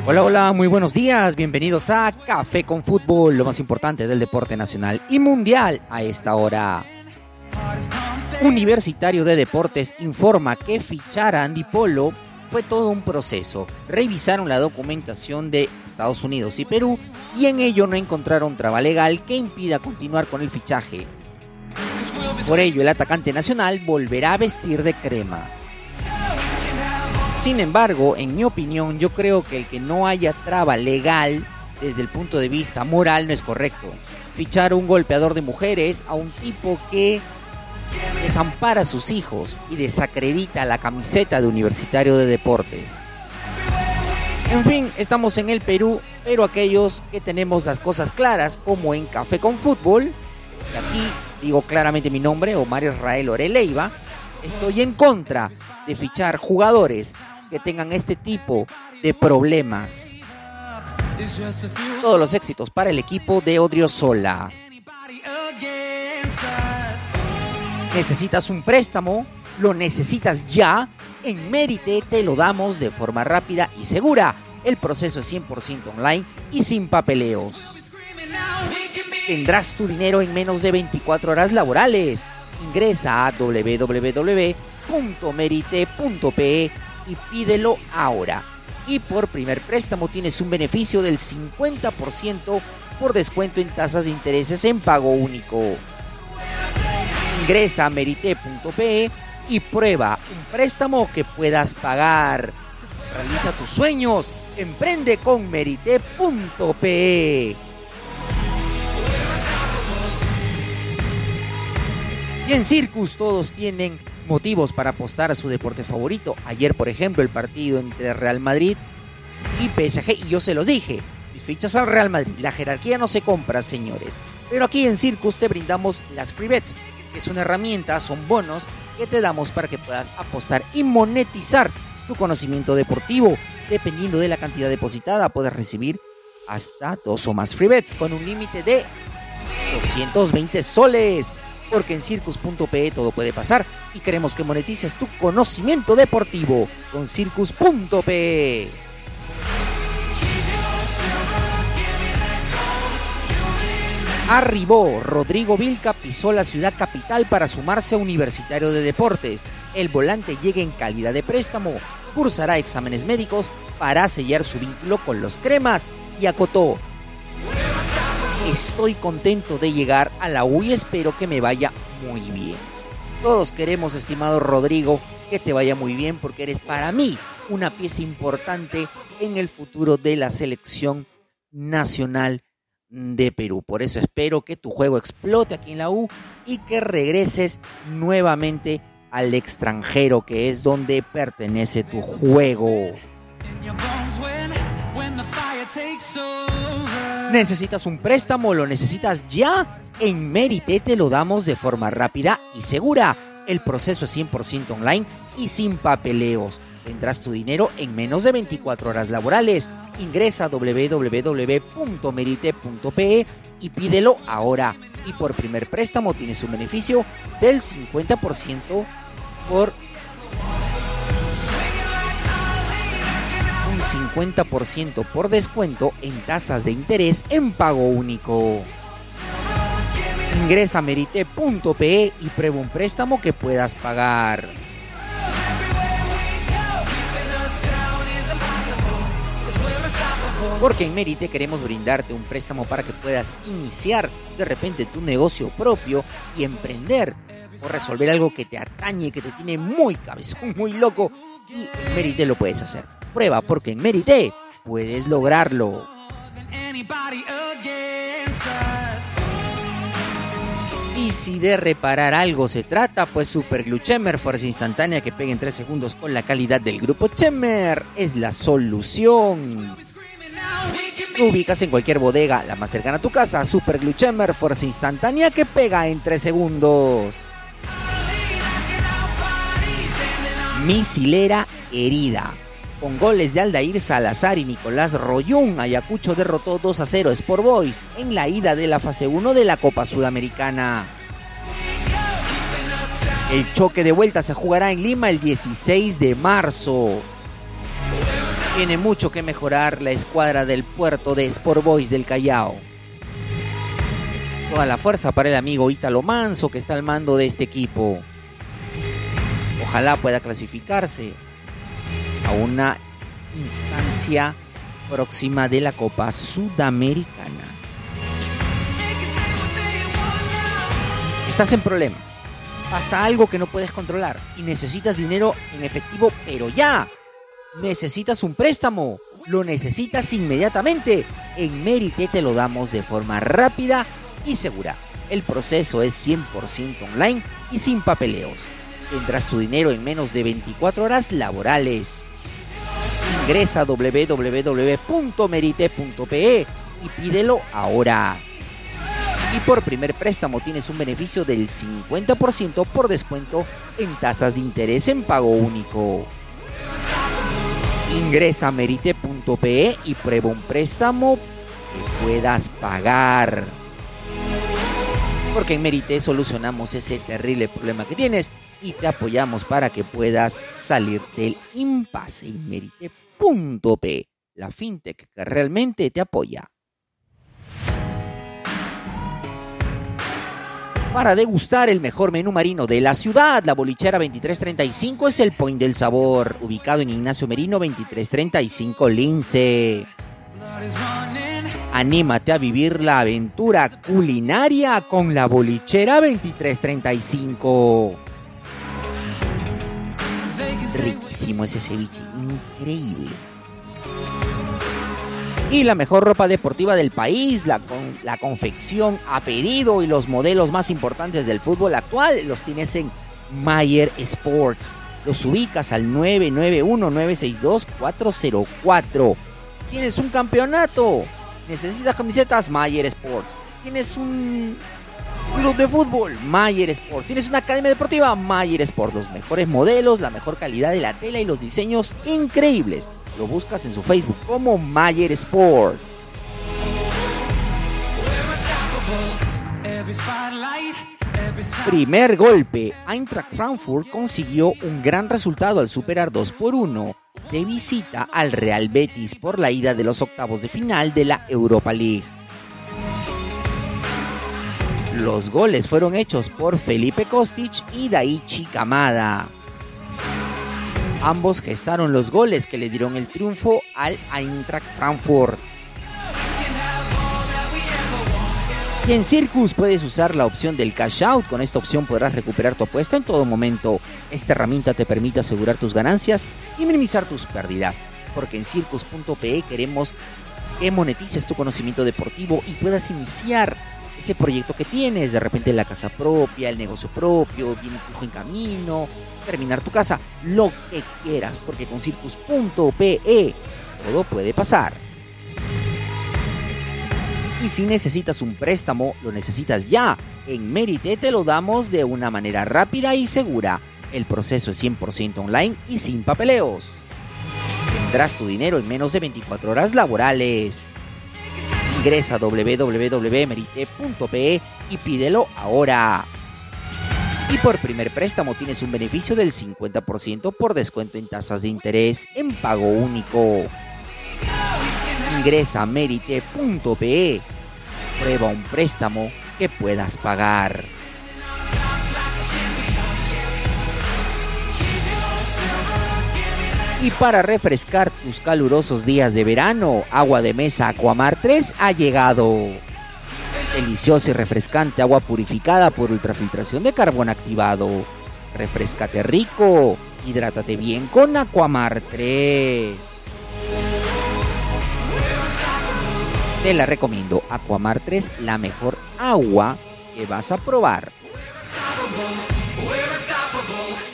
Hola, hola, muy buenos días, bienvenidos a Café con Fútbol, lo más importante del deporte nacional y mundial a esta hora. Universitario de Deportes informa que fichar a Andy Polo fue todo un proceso. Revisaron la documentación de Estados Unidos y Perú y en ello no encontraron traba legal que impida continuar con el fichaje. Por ello, el atacante nacional volverá a vestir de crema. Sin embargo, en mi opinión, yo creo que el que no haya traba legal desde el punto de vista moral no es correcto. Fichar a un golpeador de mujeres, a un tipo que desampara a sus hijos y desacredita la camiseta de Universitario de Deportes. En fin, estamos en el Perú, pero aquellos que tenemos las cosas claras, como en Café con Fútbol, y aquí digo claramente mi nombre, Omar Israel Oreleiva, estoy en contra de fichar jugadores que tengan este tipo de problemas. Todos los éxitos para el equipo de Odriozola. ¿Necesitas un préstamo? ¿Lo necesitas ya? En Merite te lo damos de forma rápida y segura. El proceso es 100% online y sin papeleos. Tendrás tu dinero en menos de 24 horas laborales. Ingresa a www.merite.pe y pídelo ahora. Y por primer préstamo tienes un beneficio del 50% por descuento en tasas de intereses en pago único. Ingresa a merite.pe y prueba un préstamo que puedas pagar. Realiza tus sueños. Emprende con merite.pe. Y en Circus todos tienen motivos para apostar a su deporte favorito. Ayer, por ejemplo, el partido entre Real Madrid y PSG. Y yo se los dije, mis fichas al Real Madrid. La jerarquía no se compra, señores. Pero aquí en Circus te brindamos las free bets, que es una herramienta, son bonos que te damos para que puedas apostar y monetizar tu conocimiento deportivo. Dependiendo de la cantidad depositada, puedes recibir hasta 2 o más free bets con un límite de 220 soles. Porque en Circus.pe todo puede pasar y queremos que monetices tu conocimiento deportivo con Circus.pe. Arribó, Rodrigo Vilca pisó la ciudad capital para sumarse a Universitario de Deportes. El volante llega en calidad de préstamo, cursará exámenes médicos para sellar su vínculo con los cremas y acotó: estoy contento de llegar a la U y espero que me vaya muy bien. Todos queremos, estimado Rodrigo, que te vaya muy bien porque eres para mí una pieza importante en el futuro de la selección nacional de Perú. Por eso espero que tu juego explote aquí en la U y que regreses nuevamente al extranjero, que es donde pertenece tu juego. ¿Necesitas un préstamo? ¿Lo necesitas ya? En Merite te lo damos de forma rápida y segura. El proceso es 100% online y sin papeleos. Tendrás tu dinero en menos de 24 horas laborales. Ingresa a www.merite.pe y pídelo ahora. Y por primer préstamo tienes un beneficio del 50% por 50% por descuento en tasas de interés en pago único. Ingresa a merite.pe y prueba un préstamo que puedas pagar. Porque en Merite queremos brindarte un préstamo para que puedas iniciar de repente tu negocio propio y emprender o resolver algo que te atañe, que te tiene muy cabezón, muy loco, y en Merite lo puedes hacer. Prueba, porque en Merite puedes lograrlo. Y si de reparar algo se trata, pues Super Glue Chemer, fuerza instantánea que pega en 3 segundos con la calidad del grupo Chemer, es la solución. Lo ubicas en cualquier bodega, la más cercana a tu casa. Super Glue Chemer, fuerza instantánea que pega en 3 segundos. Misilera herida. Con goles de Aldair Salazar y Nicolás Royún, Ayacucho derrotó 2-0 a Sport Boys en la ida de la fase 1 de la Copa Sudamericana. El choque de vuelta se jugará en Lima el 16 de marzo. Tiene mucho que mejorar la escuadra del puerto de Sport Boys del Callao. Toda la fuerza para el amigo Ítalo Manso, que está al mando de este equipo. Ojalá pueda clasificarse a una instancia próxima de la Copa Sudamericana. Estás en problemas. Pasa algo que no puedes controlar y necesitas dinero en efectivo, pero ya. Necesitas un préstamo. Lo necesitas inmediatamente. En Merité te lo damos de forma rápida y segura. El proceso es 100% online y sin papeleos. Tendrás tu dinero en menos de 24 horas laborales. Ingresa a www.merite.pe y pídelo ahora. Y por primer préstamo tienes un beneficio del 50% por descuento en tasas de interés en pago único. Ingresa a merite.pe y prueba un préstamo que puedas pagar. Porque en Merite solucionamos ese terrible problema que tienes y te apoyamos para que puedas salir del impasse. En merite.pe, la fintech que realmente te apoya. Para degustar el mejor menú marino de la ciudad, la Bolichera 2335 es el point del sabor, ubicado en Ignacio Merino 2335 Lince. Anímate a vivir la aventura culinaria con la Bolichera 2335. Riquísimo ese ceviche, increíble. Y la mejor ropa deportiva del país, la confección a pedido y los modelos más importantes del fútbol actual los tienes en Mayer Sports. Los ubicas al 991-962-404. Tienes un campeonato, necesitas camisetas, Mayer Sports. Tienes un club de fútbol, Mayer Sports. Tienes una academia deportiva, Mayer Sports. Los mejores modelos, la mejor calidad de la tela y los diseños increíbles. Lo buscas en su Facebook como Mayer Sport. Primer golpe. Eintracht Frankfurt consiguió un gran resultado al superar 2-1 de visita al Real Betis por la ida de los octavos de final de la Europa League. Los goles fueron hechos por Felipe Kostic y Daichi Kamada. Ambos gestaron los goles que le dieron el triunfo al Eintracht Frankfurt. Y en Circus puedes usar la opción del cash out. Con esta opción podrás recuperar tu apuesta en todo momento. Esta herramienta te permite asegurar tus ganancias y minimizar tus pérdidas. Porque en Circus.pe queremos que monetices tu conocimiento deportivo y puedas iniciar ese proyecto que tienes. De repente la casa propia, el negocio propio, viene tu hijo en camino, terminar tu casa, lo que quieras, porque con Circus.pe todo puede pasar. Y si necesitas un préstamo, lo necesitas ya. En Merite te lo damos de una manera rápida y segura. El proceso es 100% online y sin papeleos. Tendrás tu dinero en menos de 24 horas laborales. Ingresa a www.merite.pe y pídelo ahora. Y por primer préstamo tienes un beneficio del 50% por descuento en tasas de interés en pago único. Ingresa a merite.pe. Prueba un préstamo que puedas pagar. Y para refrescar tus calurosos días de verano, agua de mesa Aquamar 3 ha llegado. Deliciosa y refrescante agua purificada por ultrafiltración de carbón activado. Refrescate rico, hidrátate bien con Aquamar 3. Te la recomiendo, Aquamar 3, la mejor agua que vas a probar.